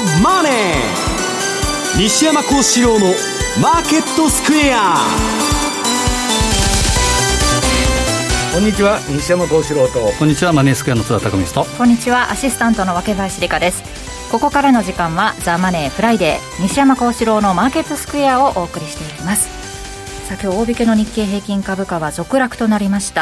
マネー」、西山幸四郎のマーケットスクエア。 こんにちは、西山幸四郎と。 こんにちは、マネースクエアの津田孝光と。 こんにちは、アシスタントの若林理香です。ここからの時間はザ・マネーフライデー、西山幸四郎のマーケットスクエアをお送りしていきます。さあ、今日大引けの日経平均株価は続落となりました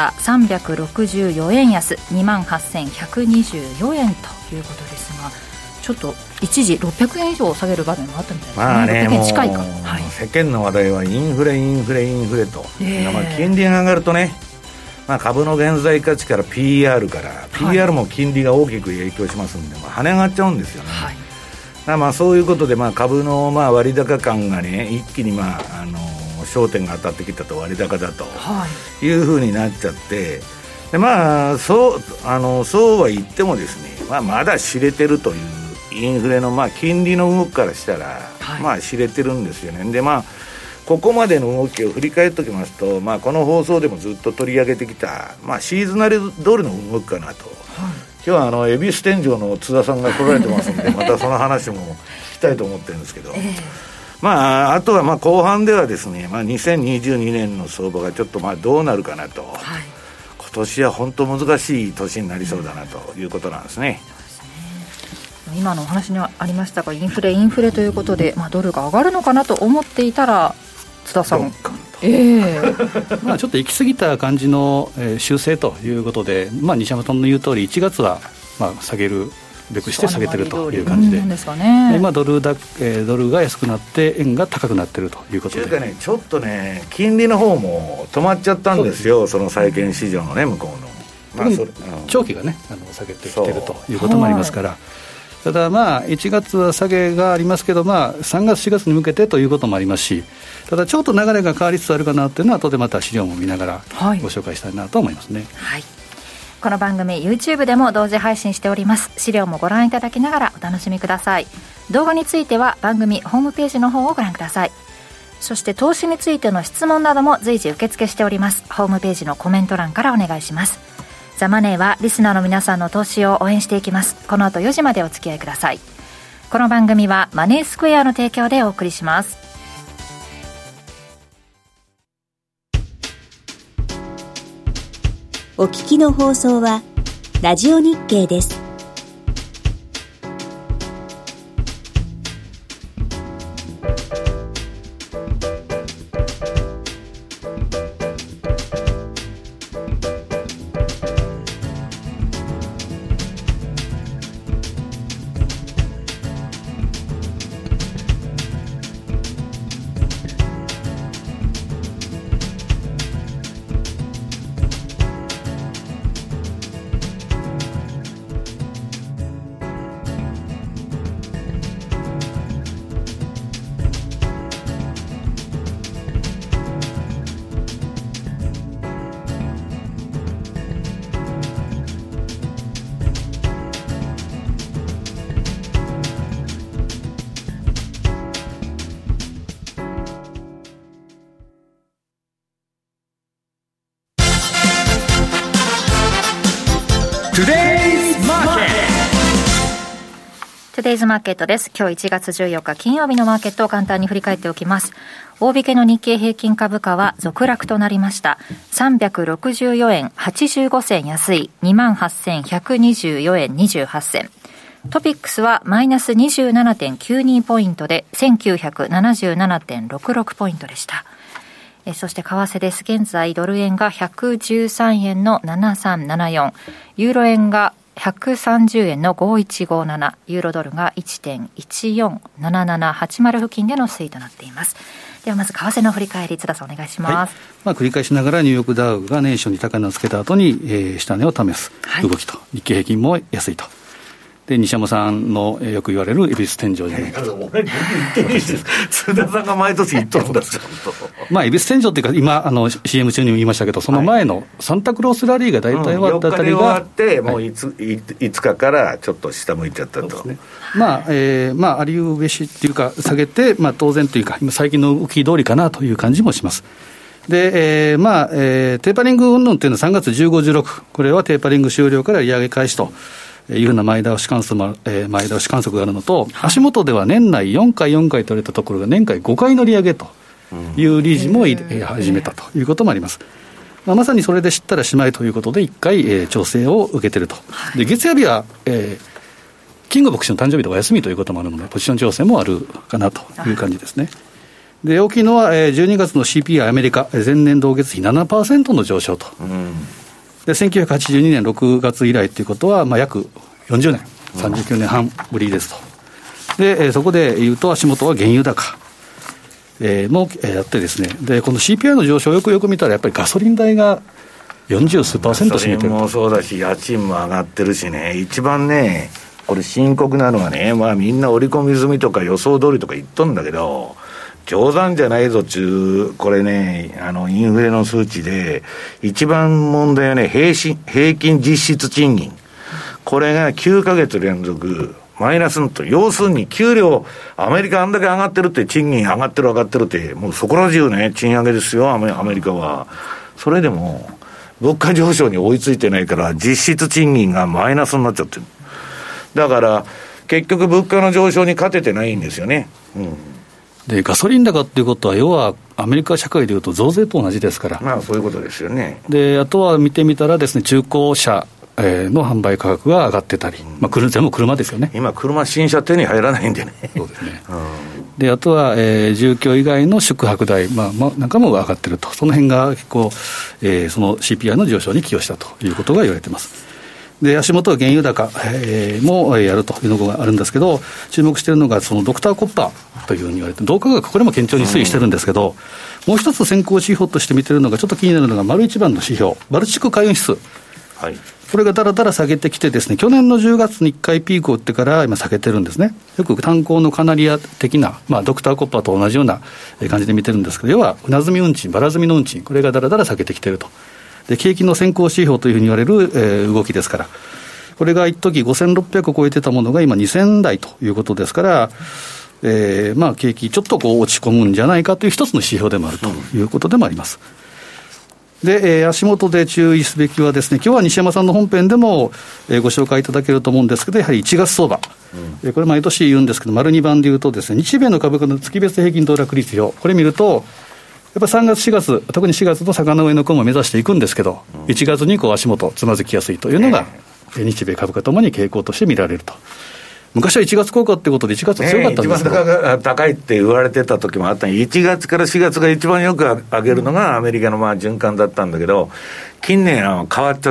。364円安、28,124円ということですが、ちょっと一時600円以上下げる場面もあったみたいですね。 まあね、 600円近いか、はい、 世間の話題はインフレと、金利が上がるとね、株の現在価値から PR から、PR も金利が大きく影響しますんで、跳ね上がっちゃうんですよね。そういうことで、株の割高感がね、一気に焦点が当たってきたと、割高だというふうになっちゃって、でそうは言ってもですね、まだ知れてるというインフレの金利の動きからしたら、知れてるんですよね。でここまでの動きを振り返っておきますと、この放送でもずっと取り上げてきた、シーズナル通りの動きかなと、今日は恵比寿天井の津田さんが来られてますんでまたその話も聞きたいと思ってるんですけど、あとは後半ではですね、2022年の相場がちょっとどうなるかなと、今年は本当難しい年になりそうだなということなんですね。 今のお話にありましたが、インフレということで、ドルが上がるのかなと思っていたら、津田さん、ちょっと行き過ぎた感じの、修正ということで、西山さんの言う通り1月は下げるべくして下げてるという感じで、ドルが安くなって円が高くなってるということで、 ちょっとね、金利の方も止まっちゃったんですよ、その債券市場のね、向こうの、 長期がね下げてきてるということもありますから、ただ1月は下げがありますけど、3月4月に向けてということもありますし、ただちょっと流れが変わりつつあるかなというのは、後でまた資料も見ながらご紹介したいなと思いますね。 この番組 YouTube でも同時配信しております。資料もご覧いただきながらお楽しみください。動画については番組ホームページの方をご覧ください。そして投資についての質問なども随時受付しております。ホームページのコメント欄からお願いします。ザ・マネーはリスナーの皆さんの投資を応援していきます。この後4時までお付き合いください。この番組はマネースクエアの提供でお送りします。 お聞きの放送はラジオ日経です。 トゥデイズマーケットです。今日1月14日金曜日のマーケットを簡単に振り返っておきます。大引けの日経平均株価は続落となりました。364円85銭安い 28,124 円28銭。トピックスはマイナス 27.92 ポイントで 1977.66 ポイントでした。そして為替です。現在ドル円が113円の7374、ユーロ円が130円の5157、ユーロドルが 1.147780 付近での推移となっています。ではまず為替の振り返り、津田さんお願いします。 繰り返しながらニューヨークダウが年初に高値をつけた後に、下値を試す動きと、日経平均も安いと。で西山さんのよく言われる恵比寿天井じゃないかと。 津田さんが毎年言っとるんですよ。 恵比寿天井っていうか、今CM 中にも言いましたけど、その前のサンタクロースラリーが大体終わったあたりが、4日で終わってもう 5日からちょっと下向いちゃったと。 そうですね。ありうべしっていうか下げて、当然というか今最近の動き通りかなという感じもします。で、テーパリング云々っていうのは3月15、16、これはテーパリング終了から利上げ開始というふうな前倒し観測があるのと、足元では年内4回取れたところが年間5回の利上げというリージも始めたということもあります。まさにそれで知ったらしまいということで1回、調整を受けていると。で月曜日は、キング牧師の誕生日でお休みということもあるのでポジション調整もあるかなという感じですね。で大きいのは、12月の CPI アメリカ前年同月比 7% の上昇と、で1982年6月以来ということは、約40年39年半ぶりですと。で、そこで言うと足元は原油高、もやってですね、でこの CPI の上昇をよく見たらやっぱりガソリン代が40数%占めてると。ガソリンもそうだし家賃も上がってるしね、一番ねこれ深刻なのはね、みんな織り込み済みとか予想通りとか言っとんだけど冗談じゃないぞこれね、インフレの数値で一番問題はね、平均実質賃金、これが9ヶ月連続マイナスのと、要するに給料アメリカあんだけ上がってるって、賃金上がってるってもうそこら中ね賃上げですよアメリカは。それでも物価上昇に追いついてないから実質賃金がマイナスになっちゃってる。だから結局物価の上昇に勝ててないんですよね。 でガソリン高っていうことは要はアメリカ社会でいうと増税と同じですから、 そういうことですよね。 であとは見てみたらですね、中古車の販売価格が上がってたり、全部車ですよね。 今新車手に入らないんでね。 そうですね。であとは、住居以外の宿泊代、なんかも上がってると。その辺が結構、その CPI の上昇に寄与したということが言われています。で足元は原油高、もやるというのがあるんですけど、注目しているのがそのドクターコッパーというふうに言われて、銅価格これも堅調に推移してるんですけど、もう一つ先行指標として見てるのがちょっと気になるのが丸一番の指標バルチック海運指数、これがだらだら下げてきてですね、去年の10月に1回ピークを打ってから今下げてるんですね。よく炭鉱のカナリア的な、ドクターコッパーと同じような感じで見てるんですけど、要は船積み運賃バラ積みの運賃、これがだらだら下げてきてると。で景気の先行指標というふうに言われる、動きですから、これが一時5600を超えてたものが今2000台ということですから、景気ちょっと落ち込むんじゃないかという一つの指標でもあるということでもあります。で、足元で注意すべきはですね、今日は西山さんの本編でも、ご紹介いただけると思うんですけど、やはり1月相場、これ毎年言うんですけど、丸2番で言うとですね、日米の株価の月別平均騰落率表、これ見るとやっぱ3月4月特に4月の坂の上の雲を目指していくんですけど、1月に足元つまずきやすいというのが、日米株価ともに傾向として見られると。昔は1月効果ってことで1月強かったんですけど、 一番高いって言われてた時もあったのに、1月から4月が一番よく上げるのがアメリカの循環だったんだけど、近年変わっちゃって、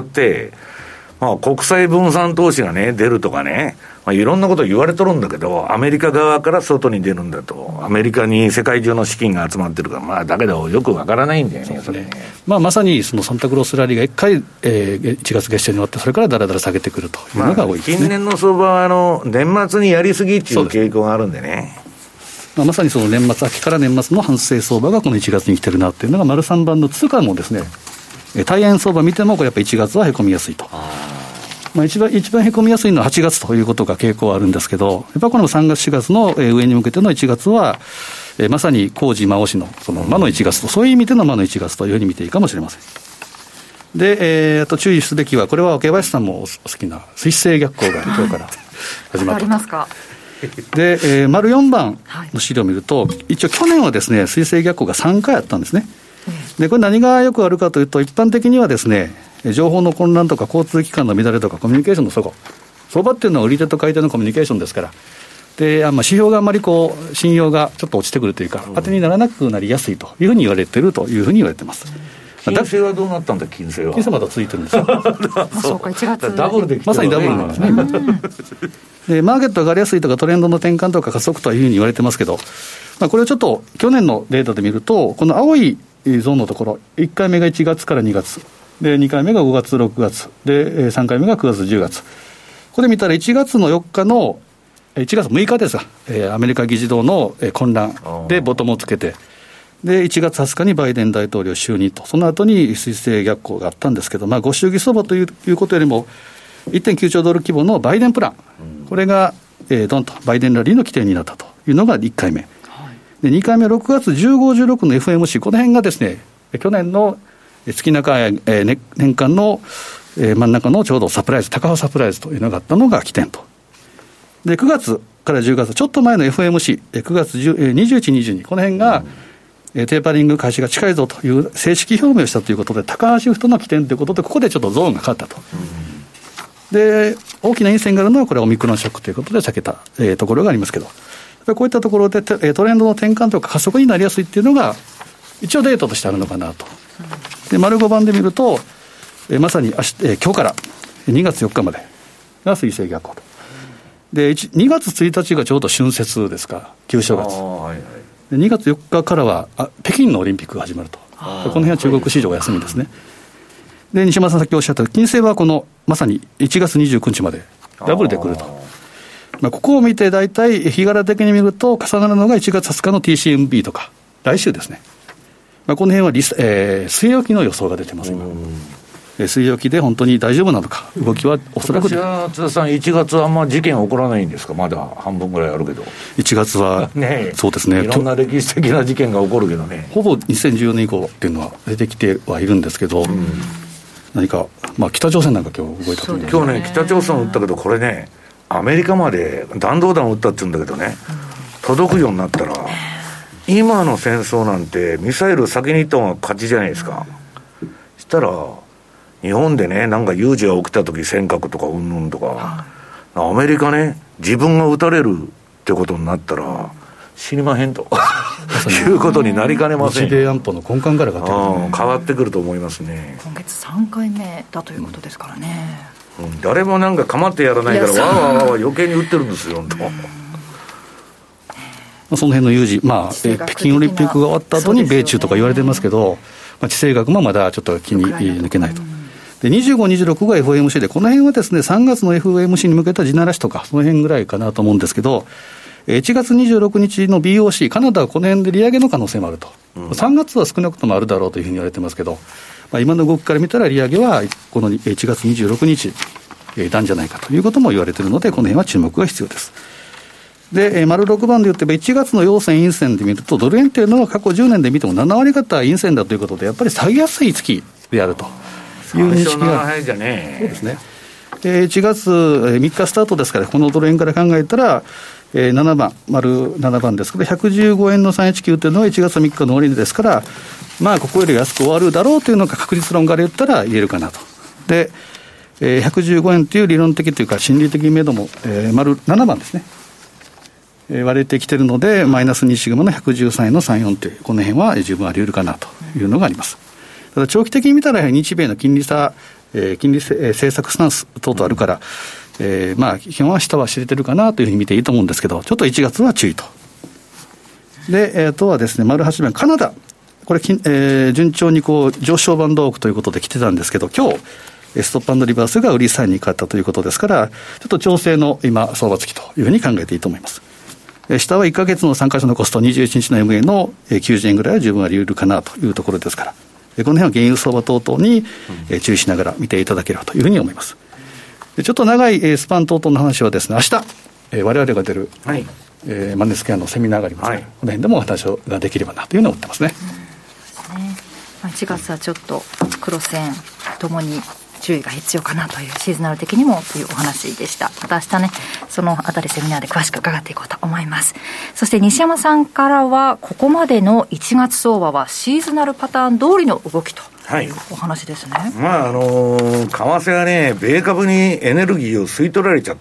国際分散投資がね出るとかね、いろんなこと言われとるんだけど、アメリカ側から外に出るんだと、アメリカに世界中の資金が集まってるから、だけどよくわからないんだよね。それね、 まさにそのサンタクロースラリーが1回、1月月初に終わって、それからだらだら下げてくるというのが多いですね。 近年の相場は年末にやりすぎっていう傾向があるんでね。 まさにその年末、秋から年末の反省相場がこの1月に来てるなっていうのが、丸3番の通貨もですね、大円相場見てもこれやっぱり1月はへこみやすいと。一番へこみやすいのは8月ということが傾向あるんですけど、やっぱこの3月4月の上に向けての1月は、まさに工事魔押しのその魔の1月と、そういう意味での魔の1月というふうに見ていいかもしれません。で、あと注意すべきは、これは桶林さんもお好きな水星逆行が今日から始まった。 ありますか。 で、丸4番の資料を見ると、一応去年はですね、水星逆行が3回あったんですね。で、これ何がよくあるかというと、一般的にはですね、情報の混乱とか交通機関の乱れとかコミュニケーションの齟齬、相場っていうのは売り手と買い手のコミュニケーションですから、で指標があんまり信用がちょっと落ちてくるというか、当てにならなくなりやすいというふうに言われているというふうに言われています。 金星はどうなったんだ。金星はまだ続いてるんですよそうか、1月ダブルで来てる、 まさにダブルなんですねでマーケット上がりやすいとかトレンドの転換とか加速というふうに言われてますけど、これをちょっと去年のデータで見ると、この青いゾーンのところ、1回目が1月から2月で、2回目が5月6月で、3回目が9月10月、これ見たら1月の4日の1月6日ですが、アメリカ議事堂の混乱でボトムをつけて、で1月20日にバイデン大統領就任と、その後に水星逆行があったんですけど、ご祝儀相場ということよりも 1.9 兆ドル規模のバイデンプラン、これが、ドンとバイデンラリーの起点になったというのが1回目で、2回目6月15、16の FMC、この辺がですね、去年の月中、年間の真ん中のちょうどサプライズ、高派サプライズというのがあったのが起点と。で、9月から10月、ちょっと前の FOMC、9月21、22、この辺が、テーパリング開始が近いぞという正式表明をしたということで、高派シフトの起点ということで、ここでちょっとゾーンが変わったと。で、大きな陰線があるのは、これはオミクロンショックということで避けた、ところがありますけど、こういったところでトレンドの転換とか加速になりやすいっていうのが、一応データとしてあるのかなと。で、丸5番で見ると、まさに今日から2月4日までが水星逆行と。で、2月1日がちょうど春節ですか、旧正月。で2月4日からは北京のオリンピックが始まると。この辺は中国市場が休みですね。で、西山さんさっきおっしゃった金星はこのまさに1月29日までダブルで来ると。ここを見て大体日柄的に見ると重なるのが1月20日の TCMB とか来週ですね。この辺は据え置きの予想が出てます今。据え置きで本当に大丈夫なのか、動きはおそらく。 津田さん、1月はあんま事件起こらないんですか。まだ半分ぐらいあるけど 1月はね、 そうですね、 いろんな歴史的な事件が起こるけどね、 ほぼ2014年以降っていうのは出てきてはいるんですけど、何か、北朝鮮なんか今日動いたと思う。 今日ね、北朝鮮撃ったけど、これね、アメリカまで弾道弾撃ったって言うんだけどね、届くようになったら、今の戦争なんてミサイル先に行った方が勝ちじゃないですか。したら日本でね、なんか有事が起きた時尖閣とかうんぬんとか、アメリカね、自分が撃たれるってことになったら死にまへんということになりかねません。 日米安保の根幹からが変わってくると思いますね。 今月3回目だということですからね、 誰もなんか構ってやらないからわーわーわー余計に撃ってるんですよその辺の有事、北京オリンピックが終わった後に米中とか言われてますけど、地政学もまだちょっと気に抜けないと。で、25、26が FOMC で、この辺はですね、3月の FOMC に向けた地ならしとか、その辺ぐらいかなと思うんですけど、1月26日の BOC、カナダはこの辺で利上げの可能性もあると。3月は少なくともあるだろうというふうに言われてますけど、今の動きから見たら利上げはこの1月26日、なんじゃないかということも言われているので、この辺は注目が必要です。で、丸6番で言って1月の陽線陰線で見ると、ドル円というのは過去10年で見ても7割方陰線だということで、やっぱり下げやすい月であるという認識が。 最初のじゃね。 そうですね。1月3日スタートですから、このドル円から考えたら、7番、丸7番ですけど、115円の319というのは1月3日の終値ですから、ここより安く終わるだろうというのが確率論から言ったら言えるかなと。で、115円という理論的というか心理的目処も、丸7番ですね。割れてきているので、マイナス2シグマの113円の34という、この辺は十分あり得るかなというのがあります。ただ、長期的に見たら、日米の金利差、金利政策スタンス等々あるから、基本は下は知れてるかなというふうに見ていいと思うんですけど、ちょっと1月は注意と。で、あとはですね、丸8番、カナダ。これ、順調に上昇バンドオークということで来てたんですけど、今日、ストップ&リバースが売りサインに変わったということですから、ちょっと調整の今、相場付きというふうに考えていいと思います。下は1ヶ月の参加者のコスト、21日の MA の90円ぐらいは十分あり得るかなというところですから、この辺は原油相場等々に注意しながら見ていただければというふうに思います。で、ちょっと長いスパン等々の話はですね、明日、我々が出る、マネースケアのセミナーがありますから、この辺でもお話ができればなというふうに思ってますね。 1月はちょっと黒線ともに注意が必要かなという、シーズナル的にもというお話でした。また明日ね、そのあたりセミナーで詳しく伺っていこうと思います。そして西山さんからは、ここまでの1月相場はシーズナルパターン通りの動きというお話ですね。 為替はね、米株にエネルギーを吸い取られちゃって、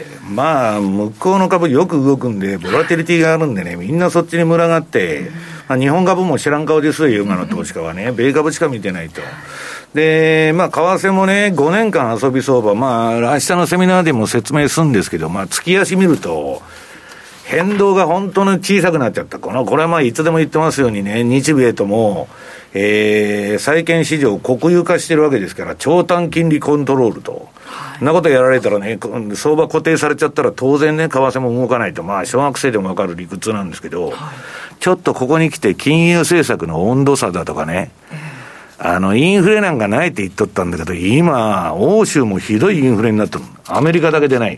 向こうの株よく動くんで、ボラティリティがあるんでね、みんなそっちに群がって、日本株も知らん顔ですよ、今の投資家はね、米株しか見てないと。で、為替もね、5年間遊び相場、明日のセミナーでも説明するんですけど、月足見ると、変動が本当に小さくなっちゃった。これはいつでも言ってますようにね、日米とも、債券市場国有化してるわけですから、長短金利コントロールと。そんなことやられたらね、相場固定されちゃったら当然ね、為替も動かないと。小学生でもわかる理屈なんですけど、ちょっとここに来て金融政策の温度差だとかね、インフレなんかないって言っとったんだけど、今、欧州もひどいインフレになってる。アメリカだけでない。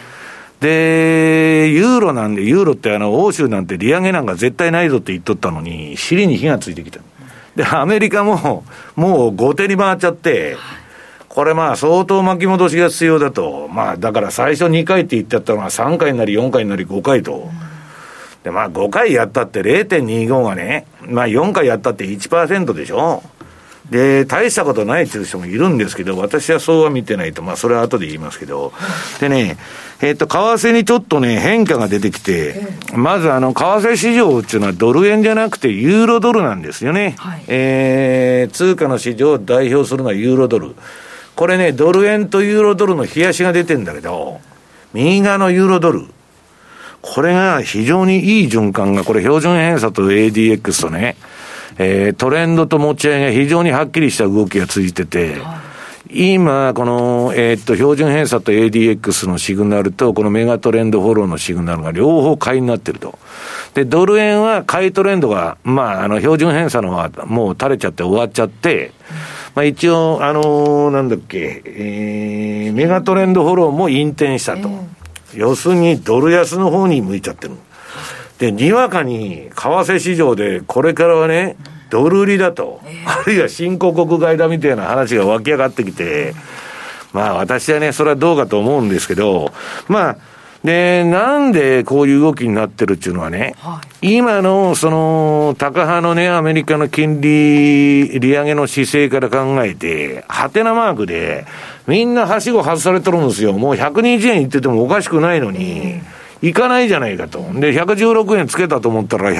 で、ユーロって欧州なんて利上げなんか絶対ないぞって言っとったのに、尻に火がついてきた。で、アメリカも、もう後手に回っちゃって、 これまあ相当巻き戻しが必要だと。まあだから最初2回って言ってやったのが3回になり4回になり5回と。でまあ5回やったって 0.25 がね、まあ4回やったって 1% でしょ。で大したことないっていう人もいるんですけど、私はそうは見てないと。まあそれは後で言いますけど。でね、為替にちょっとね変化が出てきて、まず為替市場っていうのはドル円じゃなくてユーロドルなんですよね。はい、通貨の市場を代表するのはユーロドル。これね、ドル円とユーロドルの冷やしが出てんだけど、右側のユーロドル、これが非常にいい循環が、これ標準偏差と ADX とね、トレンドと持ち合いが非常にはっきりした動きが続いてて、今この、標準偏差と ADX のシグナルとこのメガトレンドフォローのシグナルが両方買いになってると。でドル円は買いトレンドがまあ標準偏差のはもう垂れちゃって終わっちゃって、まあ一応なんだっけ、メガトレンドフォローも引転したと。要するにドル安の方に向いちゃってる。でにわかに為替市場でこれからはねドル売りだと、あるいは新興国買いだみたいな話が湧き上がってきて、まあ私はねそれはどうかと思うんですけど、まあでなんでこういう動きになってるっていうのはね、今のそのタカ派のねアメリカの金利利上げの姿勢から考えてハテナマークでみんなはしご外されてるんですよ。もう120円いっててもおかしくないのにいかないじゃないかと。で116円つけたと思ったら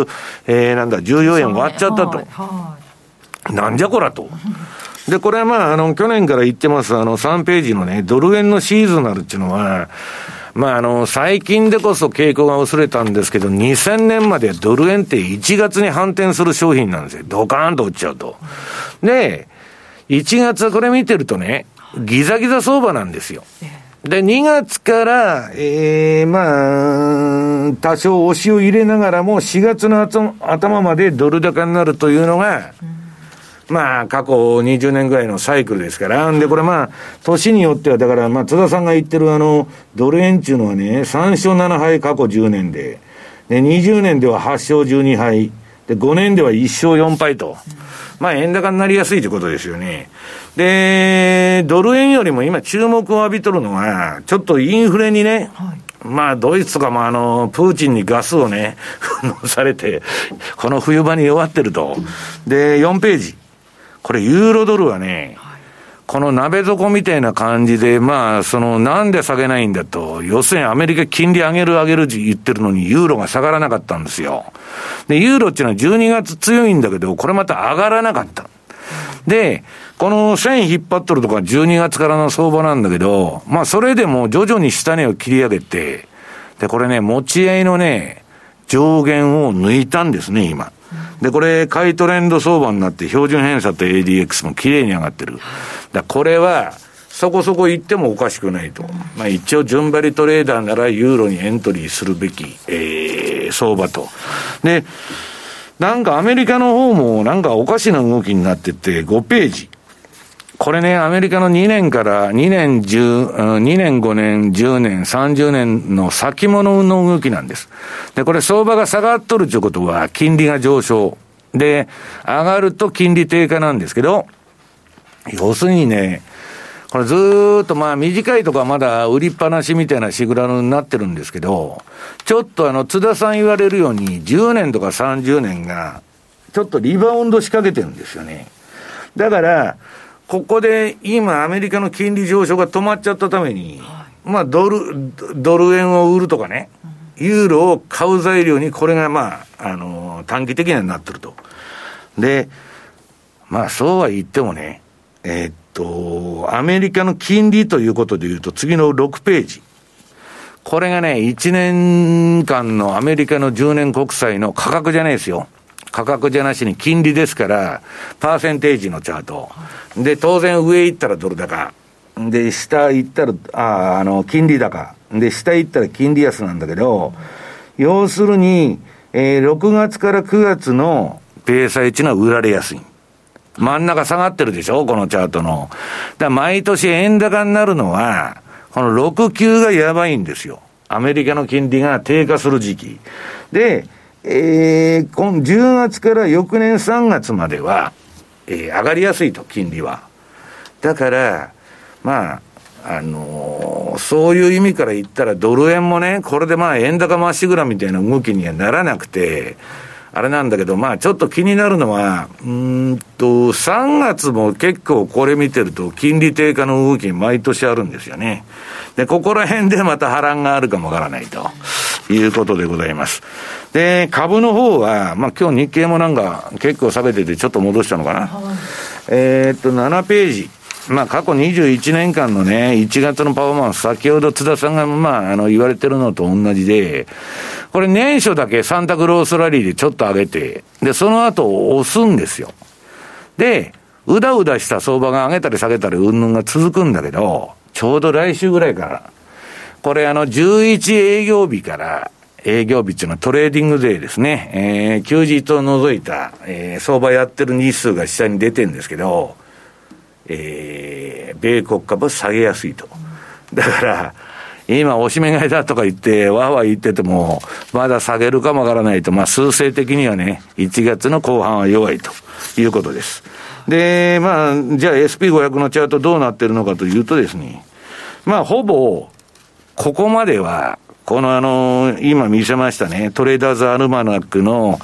14円割っちゃったと。なんじゃこらと。でこれはまあ去年から言ってます3ページのねドル円のシーズナルっていうのは、まあ最近でこそ傾向が薄れたんですけど、2000年までドル円って1月に反転する商品なんですよ。ドカーンと落ちちゃうと。で1月これ見てるとねギザギザ相場なんですよ。で2月からまあ多少押しを入れながらも4月の頭までドル高になるというのが、まあ過去20年ぐらいのサイクルですから。でこれまあ年によってはだからまあ津田さんが言ってるドル円っていうのはね3勝7敗過去10年で20年では8勝12敗で5年では1勝4敗と、まあ円高になりやすいということですよね。でドル円よりも今注目を浴びとるのはちょっとインフレにね、まあドイツとかもプーチンにガスをね乗されてこの冬場に弱ってると。で4ページ、これユーロドルはね、この鍋底みたいな感じで、まあなんで下げないんだと。要するにアメリカ金利上げる言ってるのにユーロが下がらなかったんですよ。でユーロっていうのは12月強いんだけどこれまた上がらなかった。でこの線引っ張っとるとか12月からの相場なんだけど、まあそれでも徐々に下値を切り上げて、でこれね持ち合いのね上限を抜いたんですね今。でこれ買いトレンド相場になって標準偏差と ADX もきれいに上がってる。だこれはそこそこ行ってもおかしくないと。まあ一応順張りトレーダーならユーロにエントリーするべき、相場と。でなんかアメリカの方もなんかおかしな動きになってて5ページ。これねアメリカの2年から2年5年10年30年の先物の動きなんです。でこれ相場が下がっとるということは金利が上昇で上がると金利低下なんですけど、要するにねこれずーっとまあ短いとこはまだ売りっぱなしみたいなシグナルになってるんですけど、ちょっと津田さん言われるように10年とか30年がちょっとリバウンド仕掛けてるんですよね。だからここで今アメリカの金利上昇が止まっちゃったために、まあドル円を売るとかね、ユーロを買う材料にこれがまあ短期的にはなってると。でまあそうは言ってもねアメリカの金利ということでいうと次の6ページ。これがね、1年間のアメリカの10年国債の価格じゃないですよ。価格じゃなしに金利ですから、パーセンテージのチャート。で、当然上行ったらドル高。で、下行ったら、金利高。で、下行ったら金利安なんだけど、要するに、6月から9月の米債っていうのは売られやすい。真ん中下がってるでしょこのチャートの。だから毎年円高になるのはこの6、9がやばいんですよ。アメリカの金利が低下する時期で、この10月から翌年3月までは、上がりやすいと金利は。 だからそういう意味から言ったらドル円もね、これで円高まっしぐらみたいな動きにはならなくて、あれなんだけど、ちょっと気になるのは、3月も結構これ見てると金利低下の動き毎年あるんですよね。で、ここら辺でまた波乱があるかもわからないということでございます。で、株の方は、今日日経も結構下げててちょっと戻したのかな。7ページ。過去21年間のね、1月のパフォーマンス、先ほど津田さんが言われてるのと同じで、これ年初だけサンタクロースラリーでちょっと上げて、で、その後押すんですよ。で、うだうだした相場が上げたり下げたり云々が続くんだけど、ちょうど来週ぐらいから、これ11営業日から、営業日っていうのはトレーディングデーですね。休日を除いた、相場やってる日数が下に出てるんですけど、米国株は下げやすいと。だから今おしめ買いだとか言ってわーわー言っててもまだ下げるかもわからないと、数勢的にはね1月の後半は弱いということです。でじゃあ SP500 のチャートどうなってるのかというとですね、ほぼここまではこの今見せましたねトレーダーズアルマナックの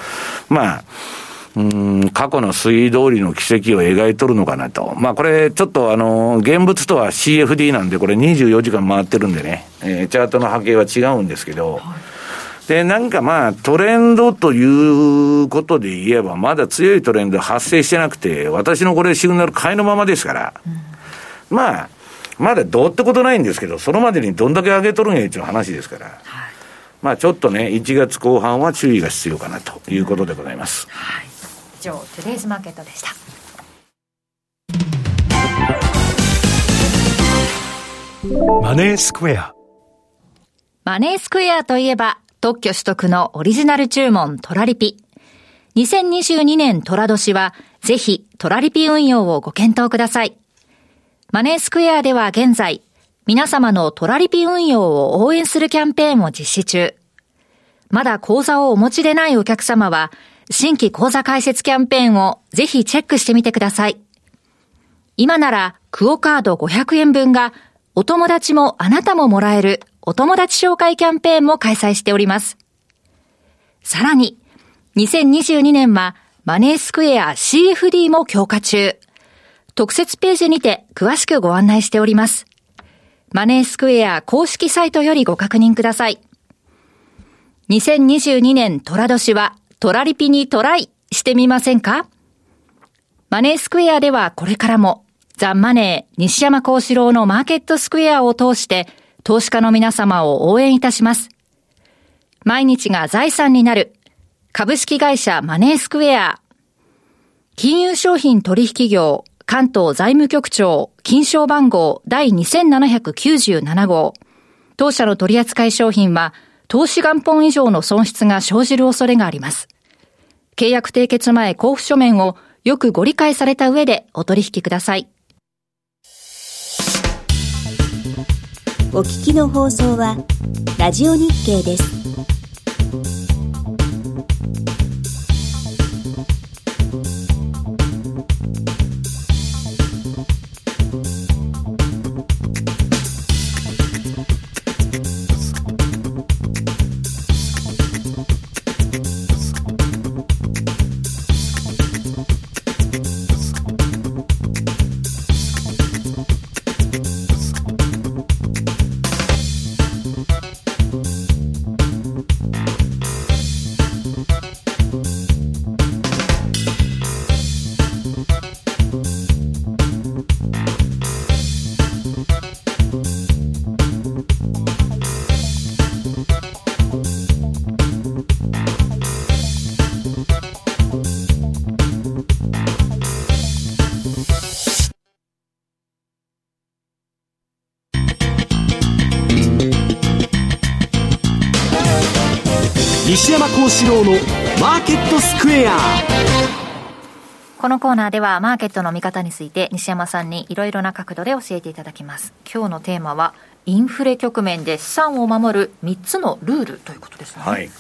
過去の推移通りの軌跡を描いとるのかなと。これちょっと現物とは CFD なんでこれ24時間回ってるんでね、チャートの波形は違うんですけど、でトレンドということで言えばまだ強いトレンド発生してなくて、私のこれシグナル買いのままですから、まだどうってことないんですけど、そのまでにどんだけ上げとるんやっていう話ですから、ちょっとね1月後半は注意が必要かなということでございます。 以上トゥデイズマーケットでした。 マネースクエア。 マネースクエアといえば特許取得のオリジナル注文トラリピ。2022年トラ年はぜひトラリピ運用をご検討ください。マネースクエアでは現在皆様のトラリピ運用を応援するキャンペーンを実施中。まだ口座をお持ちでないお客様は新規口座開設キャンペーンをぜひチェックしてみてください。今ならクオカード500円分がお友達もあなたももらえるお友達紹介キャンペーンも開催しております。さらに2022年はマネースクエア CFD も強化中。特設ページにて詳しくご案内しております。マネースクエア公式サイトよりご確認ください。2022年トラ年はトラリピにトライしてみませんか？マネースクエアではこれからもザ・マネー西山幸四郎のマーケットスクエアを通して投資家の皆様を応援いたします。毎日が財産になる株式会社マネースクエア。金融商品取引業関東財務局長金賞番号第2797号。当社の取扱商品は投資元本以上の損失が生じる恐れがあります。契約締結前交付書面をよくご理解された上でお取引ください。 お聞きの放送はラジオ日経です。 西山幸四郎のマーケットスクエア。 このコーナーではマーケットの見方について西山さんにいろいろな角度で教えていただきます。今日のテーマはインフレ局面で資産を守る3つのルールということですね。 はい。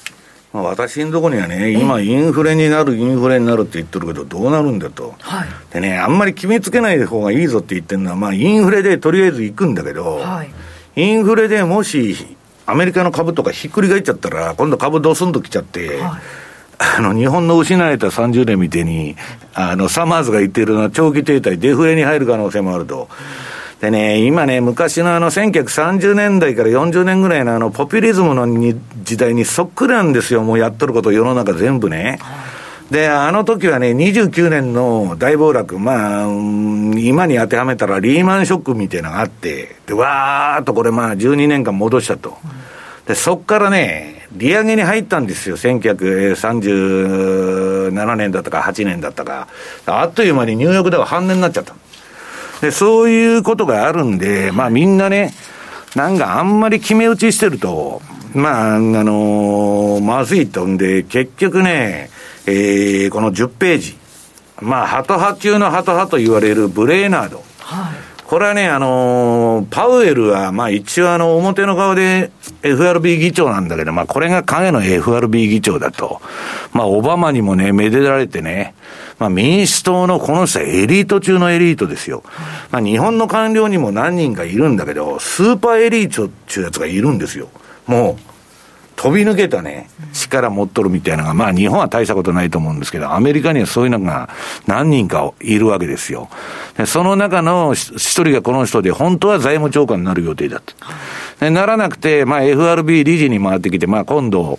私のところにはね、今インフレになるって言ってるけど、どうなるんだと、はい、でね、あんまり決めつけない方がいいぞって言ってるのは、まあ、インフレでとりあえず行くんだけど、はい、インフレでもしアメリカの株とかひっくり返っちゃったら、今度株ドスンと来ちゃって、はい、日本の失われた30年みたいにサマーズが言ってるのは長期停滞、デフレに入る可能性もあると。でね、今ね、昔の1930年代から40年ぐらいのポピュリズムの時代にそっくりなんですよ、もうやっとること世の中全部ね。で、時はね、29年の大暴落、まあ、今に当てはめたらリーマンショックみたいなのがあって、で、わーっとこれまあ12年間戻したと。で、そっからね、利上げに入ったんですよ、1937年だったか8年だったか。あっという間にニューヨークでは半値になっちゃった。で、そういうことがあるんで、まあみんなね、なんかあんまり決め打ちしてると、まあ、まずいとんで、結局ね、この10ページ、まあ、ハト派中のハト派と言われるブレーナード。はい、これはね、パウエルは、まあ一応表の顔で FRB 議長なんだけど、まあこれが影の FRB 議長だと。まあオバマにもね、めでられてね、まあ民主党のこの人はエリート中のエリートですよ。まあ日本の官僚にも何人かいるんだけど、スーパーエリートっていうやつがいるんですよ。もう、飛び抜けたね、力持っとるみたいなのが、まあ日本は大したことないと思うんですけど、アメリカにはそういうのが何人かいるわけですよ。でその中の一人がこの人で、本当は財務長官になる予定だった。でならなくて、まあ FRB 理事に回ってきて、まあ今度、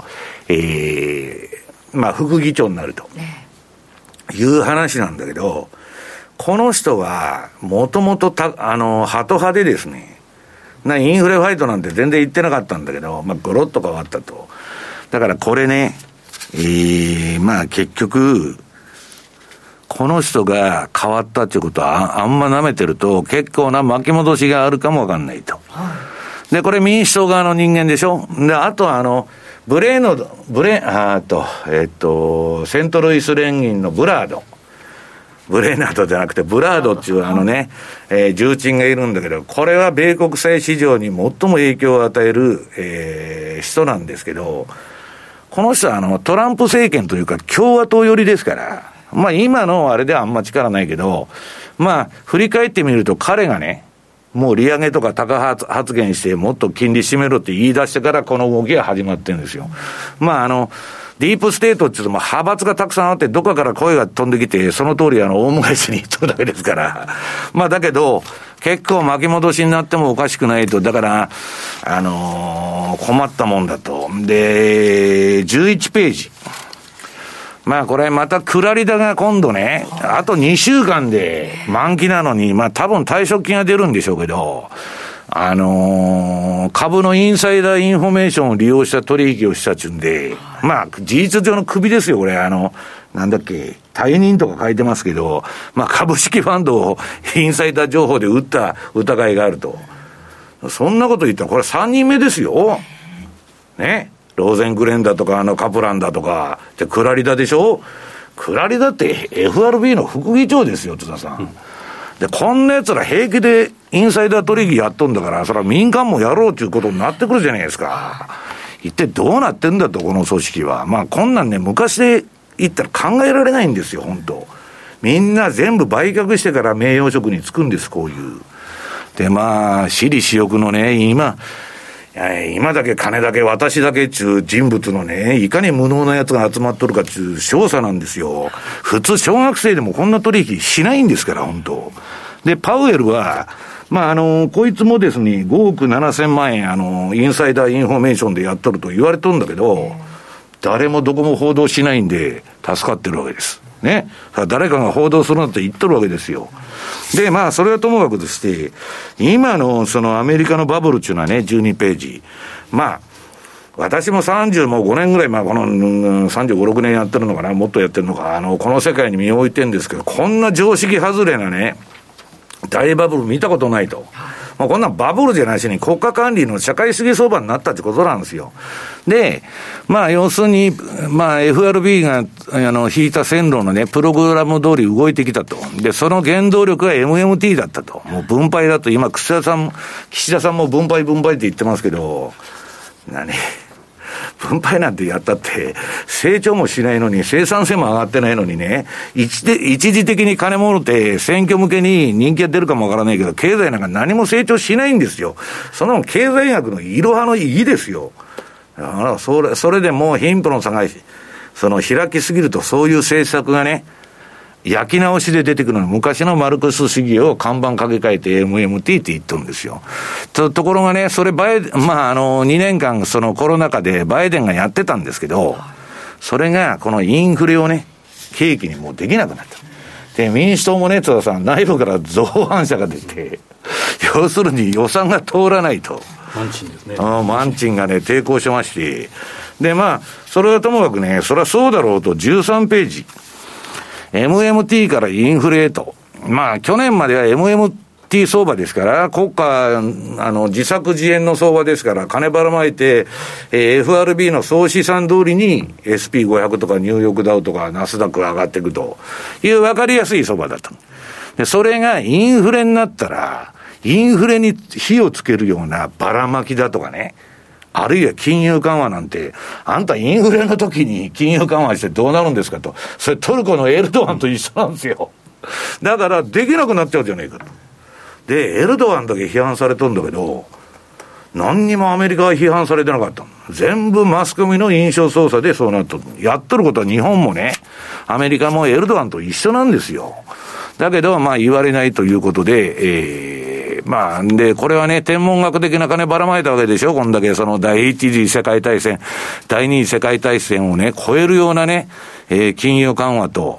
まあ副議長になるという話なんだけど、この人はもともとハト派でですね、インフレファイトなんて全然言ってなかったんだけど、まあ、ゴロッと変わったと。だからこれね、まあ結局、この人が変わったっていうことはあんま舐めてると結構な巻き戻しがあるかもわかんないと。で、これ民主党側の人間でしょ。で、あとはセントルイス連銀のブレーナードじゃなくてブラードっていう重鎮がいるんだけど、これは米国債市場に最も影響を与える、人なんですけど、この人はトランプ政権というか共和党寄りですから、まあ今のあれではあんま力ないけど、まあ振り返ってみると彼がね、もう利上げとか高発言してもっと金利締めろって言い出してからこの動きが始まってるんですよ。まあディープステートって言うと派閥がたくさんあって、どっかから声が飛んできて、その通りオウム返しに言っとるだけですから。まあだけど、結構巻き戻しになってもおかしくないと。だから、困ったもんだと。で、11ページ。まあこれまたクラリダが今度ね、あと2週間で満期なのに、まあ多分退職金が出るんでしょうけど、株のインサイダーインフォメーションを利用した取引をしたっちゅうんで、まあ、事実上の首ですよ、これ。なんだっけ、退任とか書いてますけど、まあ、株式ファンドをインサイダー情報で売った疑いがあると。そんなこと言ったら、これ3人目ですよ。ね。ローゼングレンだとか、カプランだとか、で、クラリダでしょ。クラリダって FRB の副議長ですよ、津田さん。で、こんな奴ら平気でインサイダー取引やっとんだから、それは民間もやろうということになってくるじゃないですか。一体どうなってんだと、この組織は。まあ、こんなんね、昔で言ったら考えられないんですよ、本当。みんな全部売却してから名誉職に就くんです、こういう。で、まあ、私利私欲のね、今だけ金だけ私だけっちゅう人物のね、いかに無能なやつが集まっとるかっちゅう調査なんですよ。普通小学生でもこんな取引しないんですから、本当。で、パウエルは、まあ、こいつもですね、5億7千万円、インサイダーインフォメーションでやっとると言われとるんだけど、誰もどこも報道しないんで、助かってるわけです。ね。誰かが報道するのって言っとるわけですよ。で、まあ、それはともかくとして、今のそのアメリカのバブルっていうのはね、12ページ。まあ、私も35年ぐらい、まあ、この35、6年やってるのかな、もっとやってるのか、この世界に身を置いてるんですけど、こんな常識外れなね、大バブル見たことないと。まあ、こんなバブルじゃないしに国家管理の社会主義相場になったってことなんですよ。で、まあ要するに、まあ FRB が引いた線路のね、プログラム通り動いてきたと。で、その原動力は MMT だったと。もう分配だと、今岸田さんも分配って言ってますけど、 分配なんてやったって成長もしないのに生産性も上がってないのにね、一時的に金もろて選挙向けに人気が出るかもわからないけど、経済なんか何も成長しないんですよ。その経済学のいろはの意義ですよ。だからそれでもう貧富の差が開きすぎると、そういう政策がね焼き直しで出てくるのに、昔のマルクス主義を看板掛け替えて MMT って言ってるんですよ。ところがね、それ2年間そのコロナ禍でバイデンがやってたんですけど、それがこのインフレをね、景気にもうできなくなった。で、民主党もね、津田さん、内部から造反者が出て、要するに予算が通らないと。 マンチンですね。 マンチンがね、抵抗しまして。で、それはともかくね、それはそうだろうと、13ページ。MMT からインフレへと。去年までは MMT 相場ですから、国家、自作自演の相場ですから、金ばらまいて、FRB の総資産通りに SP500 とかニューヨークダウとかナスダックが上がっていくという分かりやすい相場だった。で、それがインフレになったら、インフレに火をつけるようなばらまきだとかね、あるいは金融緩和なんて、あんたインフレの時に金融緩和してどうなるんですかと。それトルコのエルドアンと一緒なんですよ。だからできなくなっちゃうじゃないかと。で、エルドアンだけ批判されとんだけど、何にもアメリカは批判されてなかったの。全部マスコミの印象操作でそうなっとる。やっとることは日本もね、アメリカもエルドアンと一緒なんですよ。だけど、言われないということで、で、これはね、天文学的な金ばらまいたわけでしょ。こんだけその第一次世界大戦、第二次世界大戦をね、超えるようなね、金融緩和と、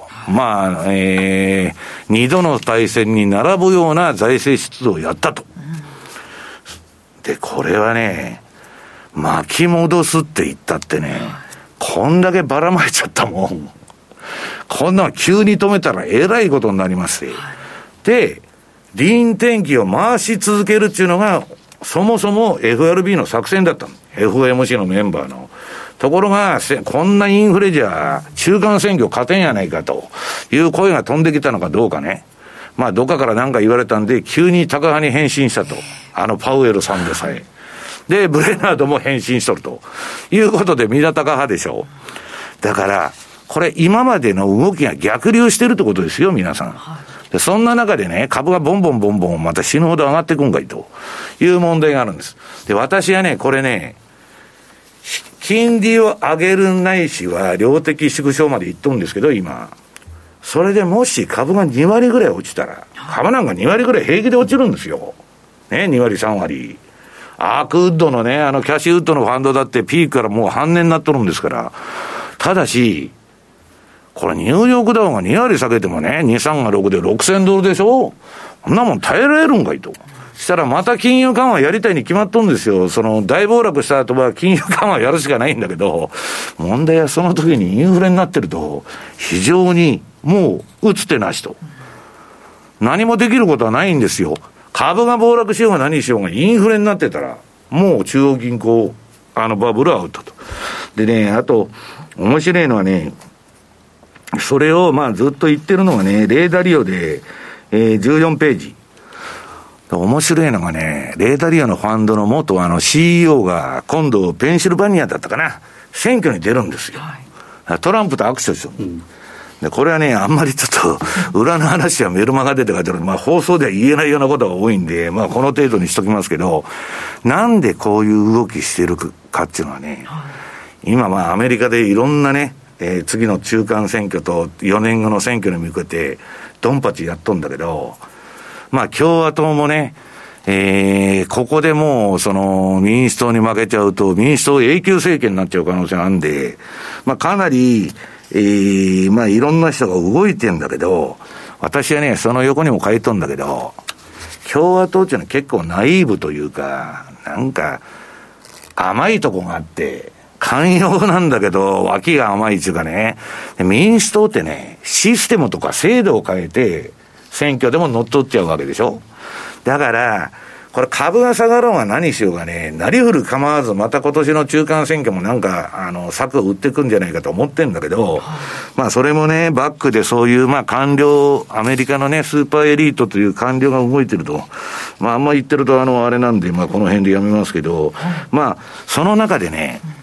二度の大戦に並ぶような財政出動をやったと。で、これはね、巻き戻すって言ったってね、こんだけばらまいちゃったもん。こんなの急に止めたらえらいことになりますよ。で、臨転機を回し続けるっていうのが、そもそも FRB の作戦だったの。FOMC のメンバーの。ところが、こんなインフレじゃ、中間選挙勝てんやないかという声が飛んできたのかどうかね。どっかから何か言われたんで、急にタカ派に変身したと。パウエルさんでさえ。で、ブレナードも変身しとると。いうことで、みんなタカ派でしょ。だから、これ今までの動きが逆流してるってことですよ、皆さん。で、そんな中でね、株がボンボンまた死ぬほど上がっていくんかいという問題があるんです。で、私はね、これね、金利を上げるないしは量的縮小までいっとるんですけど、今。それでもし株が2割ぐらい落ちたら、株なんか2割ぐらい平気で落ちるんですよ。ね、2割3割。アークウッドのね、キャシーウッドのファンドだってピークからもう半年になっとるんですから。ただし、これニューヨークダウが2割下げてもね、2、3が6で6000ドルでしょ。こんなもん耐えられるんかいと。したらまた金融緩和やりたいに決まっとるんですよ。大暴落した後は金融緩和やるしかないんだけど、問題はその時にインフレになってると、非常にもう打つ手なしと。何もできることはないんですよ。株が暴落しようが何しようがインフレになってたら、もう中央銀行、バブルはアウトと。でね、あと、面白いのはね、それをずっと言ってるのがね、レーダリオで、14ページ。面白いのがね、レーダリオのファンドの元CEO が今度ペンシルバニアだったかな、選挙に出るんですよ。トランプと握手ですよ。で、これはね、あんまりちょっと裏の話はメルマガ出て書いてある。放送では言えないようなことが多いんで、この程度にしときますけど、なんでこういう動きしてるかっていうのはね、今アメリカでいろんなね、次の中間選挙と4年後の選挙に向けてドンパチやっとんだけど、共和党もね、ここでもう民主党に負けちゃうと民主党永久政権になっちゃう可能性があるんで、かなり、いろんな人が動いてんだけど、私はね、その横にも書いとんだけど、共和党っていうのは結構ナイーブというか、なんか甘いとこがあって、寛容なんだけど、脇が甘いっていうかね、民主党ってね、システムとか制度を変えて、選挙でも乗っ取っちゃうわけでしょ。だから、これ株が下がろうが何しようがね、なりふる構わず、また今年の中間選挙もなんか、策を打っていくんじゃないかと思ってんだけど、それもね、バックでそういう、官僚、アメリカのね、スーパーエリートという官僚が動いてると。あんま言ってるとあれなんで、この辺でやめますけど、その中でね、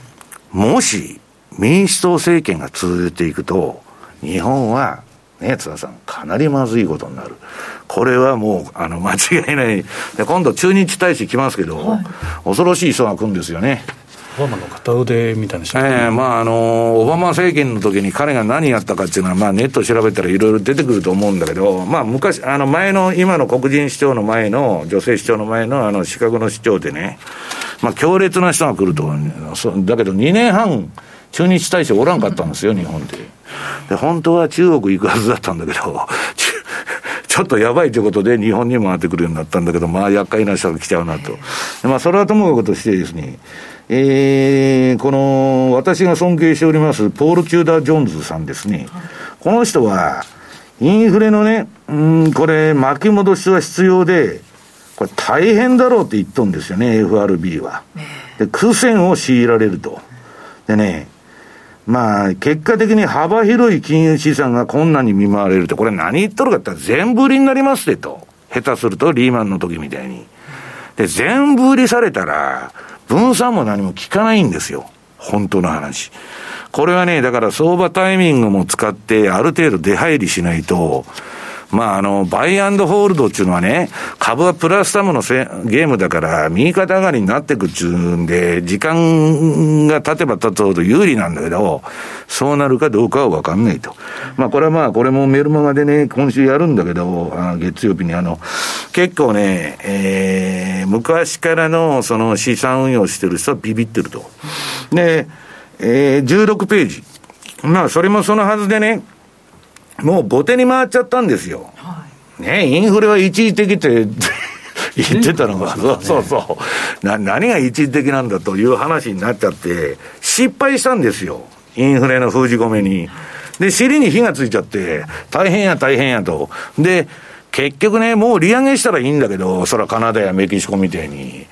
もし民主党政権が続いていくと、日本はね、津田さん、かなりまずいことになる。これはもう間違いない。で、今度駐日大使来ますけど、はい、恐ろしい人が来るんですよね。 オバマの片腕みたいな人、 オバマ政権の時に彼が何やったかっていうのは、まあ、ネット調べたらいろいろ出てくると思うんだけど、まあ、昔前の今の黒人市長の前の女性市長の前のシカゴの市長でね、まあ、強烈な人が来ると。だけど2年半駐日大使おらんかったんですよ、日本で。で、本当は中国行くはずだったんだけどちょっとやばいということで日本にも回ってくるようになったんだけど、まあ厄介な人が来ちゃうなと。で、まあ、それはともかくとしてですね、この私が尊敬しておりますポール・チューダー・ジョーンズさんですね、この人はインフレのね、これ巻き戻しは必要で、これ大変だろうって言っとんですよね、 FRB は。で、苦戦を強いられると。でね、まあ結果的に幅広い金融資産が困難に見舞われると、これ何言っとるかって言ったら全部売りになりますでと。下手するとリーマンの時みたいに。で、全部売りされたら分散も何も効かないんですよ、本当の話。これはね、だから相場タイミングも使ってある程度出入りしないと、まあバイアンドホールドっていうのはね、株はプラスタムのゲームだから右肩上がりになっていくっちゅうんで、時間が経てば経つほど有利なんだけど、そうなるかどうかは分かんないと。まあこれはまあこれもメルマガでね、今週やるんだけど、月曜日に結構ね、昔からのその資産運用してる人はビビってると。で、16ページ。まあそれもそのはずでね、もう後手に回っちゃったんですよ。はい、ね、インフレは一時的って言ってたのが、そう。何が一時的なんだという話になっちゃって、失敗したんですよ。インフレの封じ込めに。で、尻に火がついちゃって、大変やと。で、結局ね、もう利上げしたらいいんだけど、そらカナダやメキシコみたいに、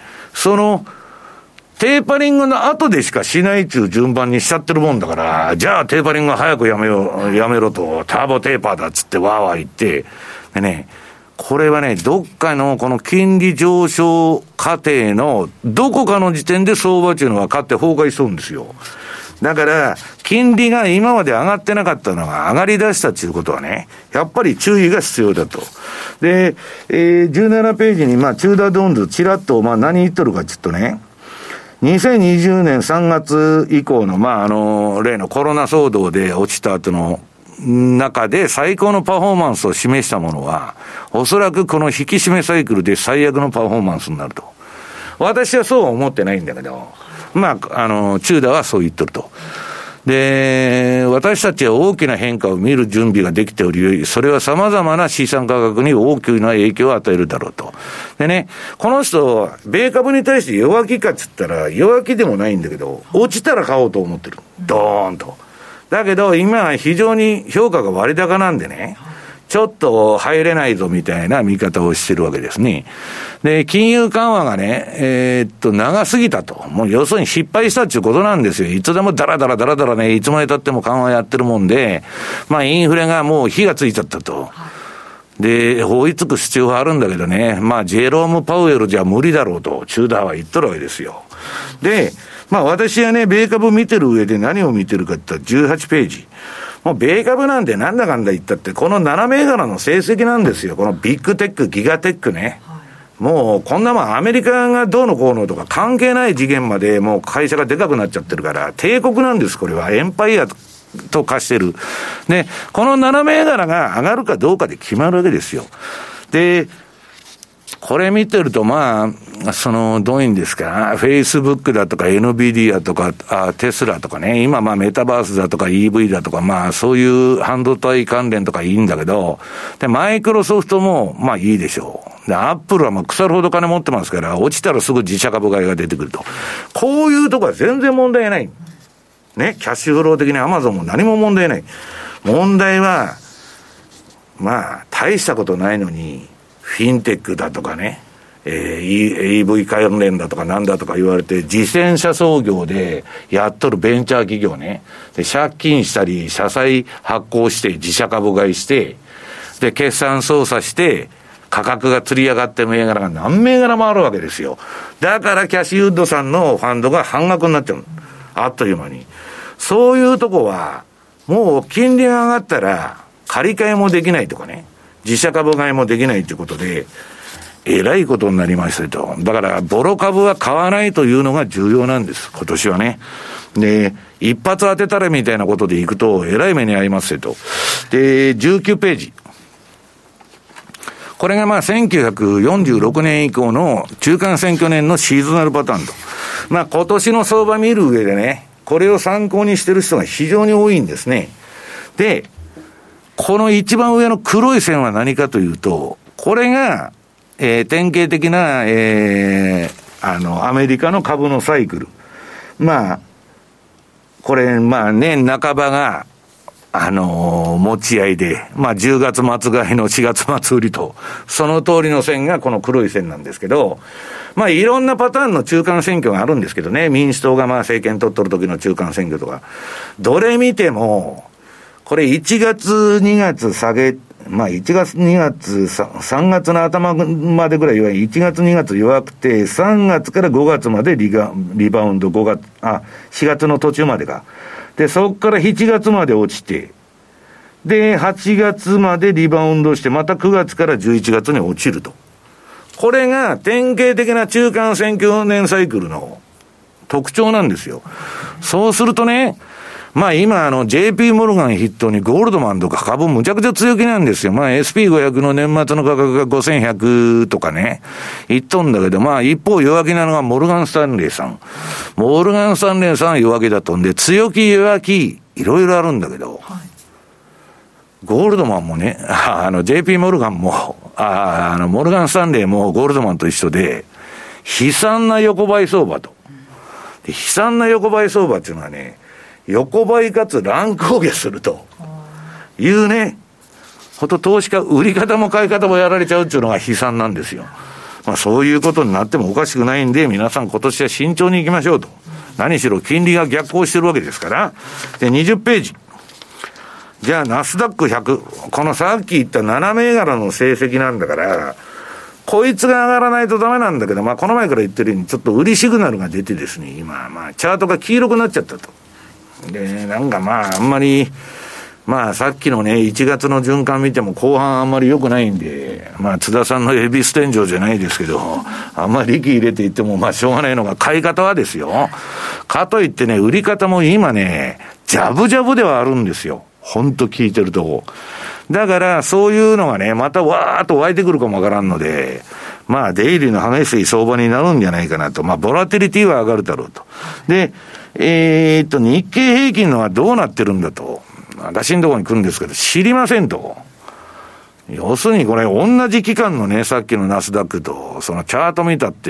テーパリングの後でしかしないっていう順番にしちゃってるもんだから、じゃあテーパリング早くやめろと、ターボテーパーだっつってわーわー言って、でね、これはね、どっかのこの金利上昇過程のどこかの時点で相場っていうのは勝って崩壊しそうんですよ。だから、金利が今まで上がってなかったのが上がり出したっていうことはね、やっぱり注意が必要だと。で、17ページに、まあ、チューダードーンズ、ちらっと、まあ、何言っとるかちょっとね、2020年3月以降の、まあ、例のコロナ騒動で落ちた後の中で最高のパフォーマンスを示したものは、おそらくこの引き締めサイクルで最悪のパフォーマンスになると。私はそうは思ってないんだけど、まあ、チューダーはそう言っとると。で、私たちは大きな変化を見る準備ができており、それは様々な資産価格に大きな影響を与えるだろうと。でね、この人、米株に対して弱気かっつったら、弱気でもないんだけど、落ちたら買おうと思ってる。ドーンと。だけど、今は非常に評価が割高なんでね、ちょっと入れないぞみたいな見方をしてるわけですね。で、金融緩和がね、長すぎたと。もう要するに失敗したっていうことなんですよ。いつでもダラダラね、いつまで経っても緩和やってるもんで、まあインフレがもう火がついちゃったと。で、追いつく必要はあるんだけどね、まあジェローム・パウエルじゃ無理だろうと、チューダーは言っとるわけですよ。で、まあ私はね、米株見てる上で何を見てるかって言ったら18ページ。もう米株なんてなんだかんだ言ったって、この7銘柄の成績なんですよ。このビッグテック、ギガテックね。はい、もうこんなもんアメリカがどうのこうのとか関係ない次元までもう会社がでかくなっちゃってるから、帝国なんです、これは。エンパイアと化してる。で、この7銘柄が上がるかどうかで決まるわけですよ。で、これ見てると、まあ、どういうんですか、Facebook だとか NVIDIA とか、テスラとかね、今まあメタバースだとか EV だとか、まあそういう半導体関連とかいいんだけど、で、マイクロソフトもまあいいでしょう。で、アップルはまあ腐るほど金持ってますから、落ちたらすぐ自社株買いが出てくると。こういうとこは全然問題ない。ね、キャッシュフロー的にアマゾンも何も問題ない。問題は、まあ、大したことないのに、フィンテックだとかね、EV 関連だとかなんだとか言われて、自転車操業でやっとるベンチャー企業ね、で借金したり、社債発行して、自社株買いして、で、決算操作して、価格が釣り上がって銘柄が何銘柄もあるわけですよ。だからキャシーウッドさんのファンドが半額になっちゃう。 あっという間に。そういうとこは、もう金利が上がったら、借り換えもできないとかね、自社株買いもできないということで、えらいことになりましたと。だから、ボロ株は買わないというのが重要なんです、今年はね。で、一発当てたらみたいなことでいくと、えらい目に遭いますよと。で、19ページ。これが1946年以降の中間選挙年のシーズナルパターンと。今年の相場見る上でね、これを参考にしてる人が非常に多いんですね。で、この一番上の黒い線は何かというと、これが、典型的な、アメリカの株のサイクル。これ、年半ばが、持ち合いで、10月末買いの4月末売りと、その通りの線がこの黒い線なんですけど、いろんなパターンの中間選挙があるんですけどね、民主党が政権取っとる時の中間選挙とか、どれ見ても、これ1月2月下げ、1月2月3月の頭までぐらいは1月2月弱くて、3月から5月までリバウンド、4月の途中までか。で、そこから7月まで落ちて、で、8月までリバウンドして、また9月から11月に落ちると。これが典型的な中間選挙年サイクルの特徴なんですよ。そうするとね、今JP モルガン筆頭にゴールドマンとか株むちゃくちゃ強気なんですよ。SP500 の年末の価格が5100とかね、言っとんだけど、一方弱気なのがモルガンスタンレーさん。モルガンスタンレーさんは弱気だとんで、強気弱気、いろいろあるんだけど、ゴールドマンもね、JP モルガンも、モルガンスタンレーもゴールドマンと一緒で、悲惨な横ばい相場と。で、悲惨な横ばい相場っていうのはね、横ばいかつ乱高下するというね、投資家、売り方も買い方もやられちゃうっていうのが悲惨なんですよ。そういうことになってもおかしくないんで、皆さん今年は慎重に行きましょうと。何しろ金利が逆行してるわけですから。で、20ページ。じゃあ、ナスダック100。このさっき言った7銘柄の成績なんだから、こいつが上がらないとダメなんだけど、この前から言ってるように、ちょっと売りシグナルが出てですね、今、チャートが黄色くなっちゃったと。で、あんまり、さっきのね、1月の循環見ても後半あんまり良くないんで、津田さんのエビス天井じゃないですけど、あんまり力入れていっても、しょうがないのが、買い方はですよ。かといってね、売り方も今ね、ジャブジャブではあるんですよ。ほんと聞いてるとこ。だから、そういうのがね、またわーっと湧いてくるかもわからんので、出入りの激しい相場になるんじゃないかなと。ボラティリティは上がるだろうと。で、日経平均のはどうなってるんだと。私のところに来るんですけど、知りませんと。要するにこれ、同じ期間のね、さっきのナスダックと、そのチャート見たって、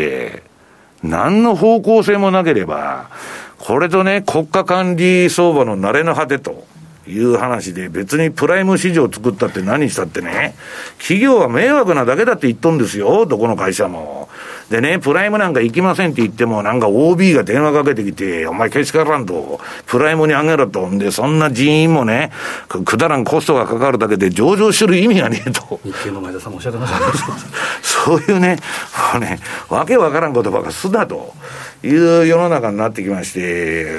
何の方向性もなければ、これとね、国家管理相場の慣れの果てという話で、別にプライム市場作ったって何したってね、企業は迷惑なだけだって言っとんですよ、どこの会社も。でね、プライムなんか行きませんって言っても、OB が電話かけてきて、お前けしからんと、プライムにあげろと。んで、そんな人員もね、くだらんコストがかかるだけで上場する意味がねえと。 日経の前田さんもおっしゃってましたね。 そういうね、わけわからんことばっかすなという世の中になってきまして、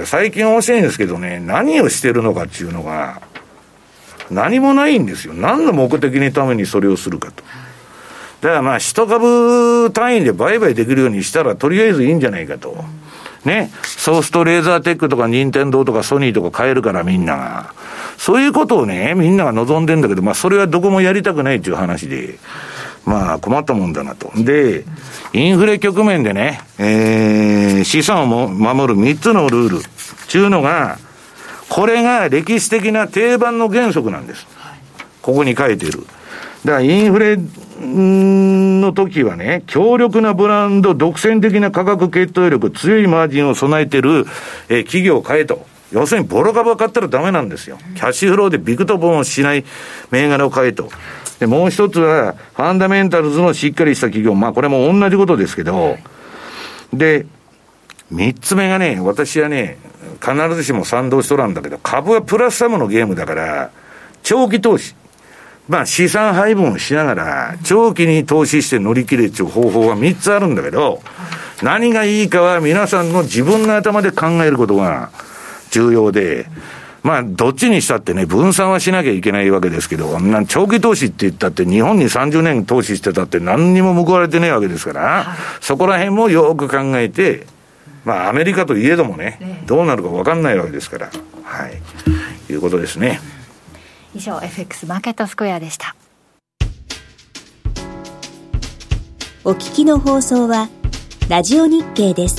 最近面白いんですけどね、何をしてるのかっていうのが、何もないんですよ。何の目的のためにそれをするかと。だから一株単位で売買できるようにしたらとりあえずいいんじゃないかと。ね。ソーストレーザーテックとか任天堂とかソニーとか買えるからみんなが。そういうことをね、みんなが望んでんだけど、それはどこもやりたくないっていう話で、困ったもんだなと。で、インフレ局面でね、資産を守る3つのルールっていうのが、これが歴史的な定番の原則なんです。ここに書いている。だからインフレの時はね、強力なブランド、独占的な価格決定力、強いマージンを備えている、企業を買えと。要するにボロ株を買ったらダメなんですよ。キャッシュフローでビクとボンをしない銘柄を買えと。で、もう一つは、ファンダメンタルズのしっかりした企業。これも同じことですけど、で、三つ目がね、私はね、必ずしも賛同しとらんだけど、株はプラスサムのゲームだから、長期投資。資産配分をしながら、長期に投資して乗り切れっていう方法は3つあるんだけど、 何がいいかは皆さんの自分の頭で考えることが重要で、まあ、どっちにしたってね、分散はしなきゃいけないわけですけど、長期投資って言ったって、日本に30年投資してたって何にも報われてないわけですから、はい、そこら辺もよく考えて、まあ、アメリカといえどもね、どうなるか分かんないわけですから、はい、いうことですね。 以上、FX マーケットスクエアでした。 お聞きの放送は、ラジオ日経です。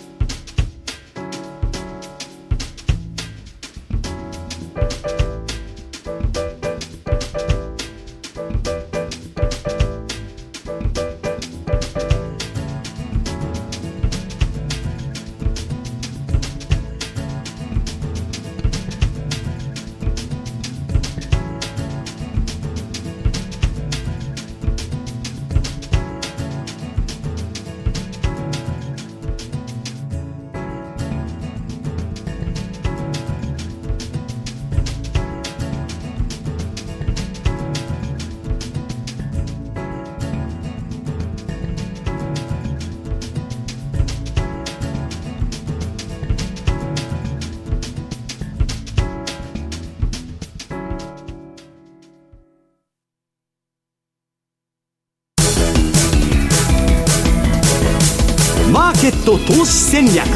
マーケット投資戦略。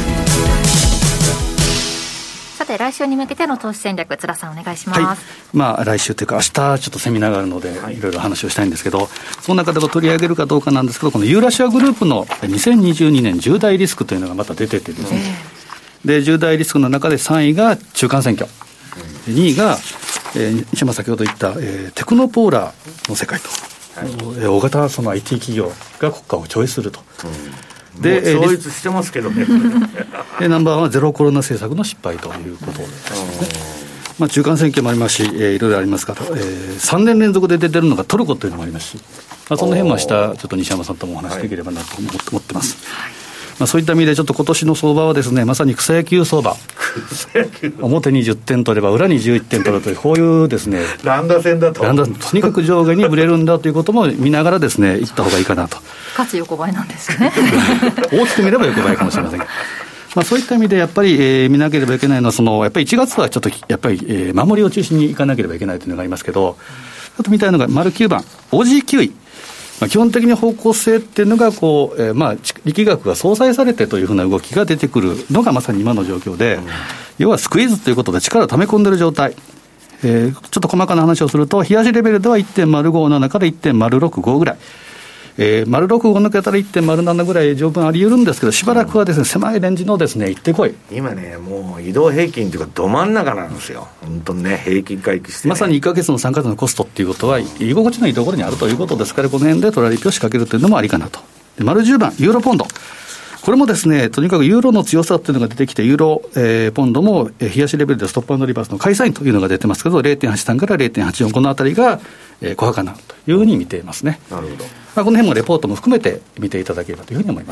さて、来週に向けての投資戦略、津田さんお願いします。 はい、まあ、来週というか明日ちょっとセミナーがあるので、いろいろ話をしたいんですけど、その中でも取り上げるかどうかなんですけど、このユーラシアグループの2022年10大リスクというのがまた出ててですね、で10大リスクの中で3位が中間選挙、2位が、西山先ほど言った、テクノポーラーの世界と、大型その IT 企業が国家を超越すると、 で超越してますけどねでナンバーワンはゼロコロナ政策の失敗ということですね。まあ、中間選挙もありますし、いろいろありますから、3年連続で出てるのがトルコというのもありますし、まあ、その辺も明日ちょっと西山さんともお話しできればなと思ってます。まあ、そういった意味でちょっと今年の相場はですね、まさに草野球相場表に10点取れば裏に11点取るという、こういうですね乱打戦だと、 とにかく上下にぶれるんだということも見ながらですね、いった方がいいかなと。 かつ横ばいなんですね大きく見れば横ばいかもしれませんが、まあ、そういった意味でやっぱり、見なければいけないのはやっぱり1月はちょっとやっぱり、守りを中心にいかなければいけないというのがありますけど、あと見たいのが丸9番 OG9位、まあ、基本的に方向性っていうのがこう、まあ、力学が相殺されてというふうな動きが出てくるのがまさに今の状況で、要はスクイーズということで力を溜め込んでいる状態、ちょっと細かな話をすると、冷やしレベルでは 1.057 から 1.065 ぐらい、065抜けたら 1.07 ぐらい十分あり得るんですけど、しばらくはですね、狭いレンジのですね、行ってこい、 今ね、もう移動平均というかど真ん中なんですよ、本当にね、平均回帰して、ね、 まさに1ヶ月の3ヶ月のコストっていうことは居心地のいいところにあるということですから、この辺でトラリピを仕掛けるというのもありかなと。で丸10番ユーロポンド、これもですね、とにかくユーロの強さっていうのが出てきて、ユーロ、ポンドも冷やしレベルでストップ&リバースの買いサインというのが出てますけど、 0.83 から 0.84、 このあたりが、小幅かなというふうに見ていますね。 なるほど、 まあ、この辺もレポートも含めて見ていただければというふうに思います。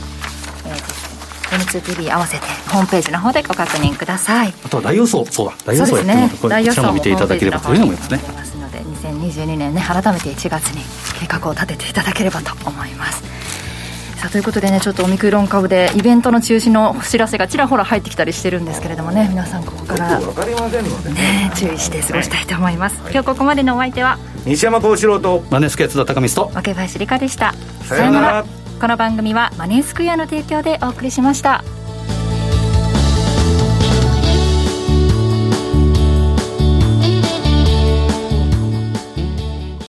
M2TV 合わせてホームページの方でご確認ください。 あとは大予想、そうだ、大予想やってます、こちらも見ていただければというふうに思いますね。 ので2022年ね、改めて1月に計画を立てていただければと思います。さあ、ということでね、ちょっとオミクロン株でイベントの中止のお知らせがちらほら入ってきたりしてるんですけれどもね、皆さんここから分かりませんので、 ね、注意して過ごしたいと思います、今日ここまでのお相手は西山幸四郎とマネースクエア津田隆光と若林理香でした。 さようなら。 この番組はマネースクエアの提供でお送りしました。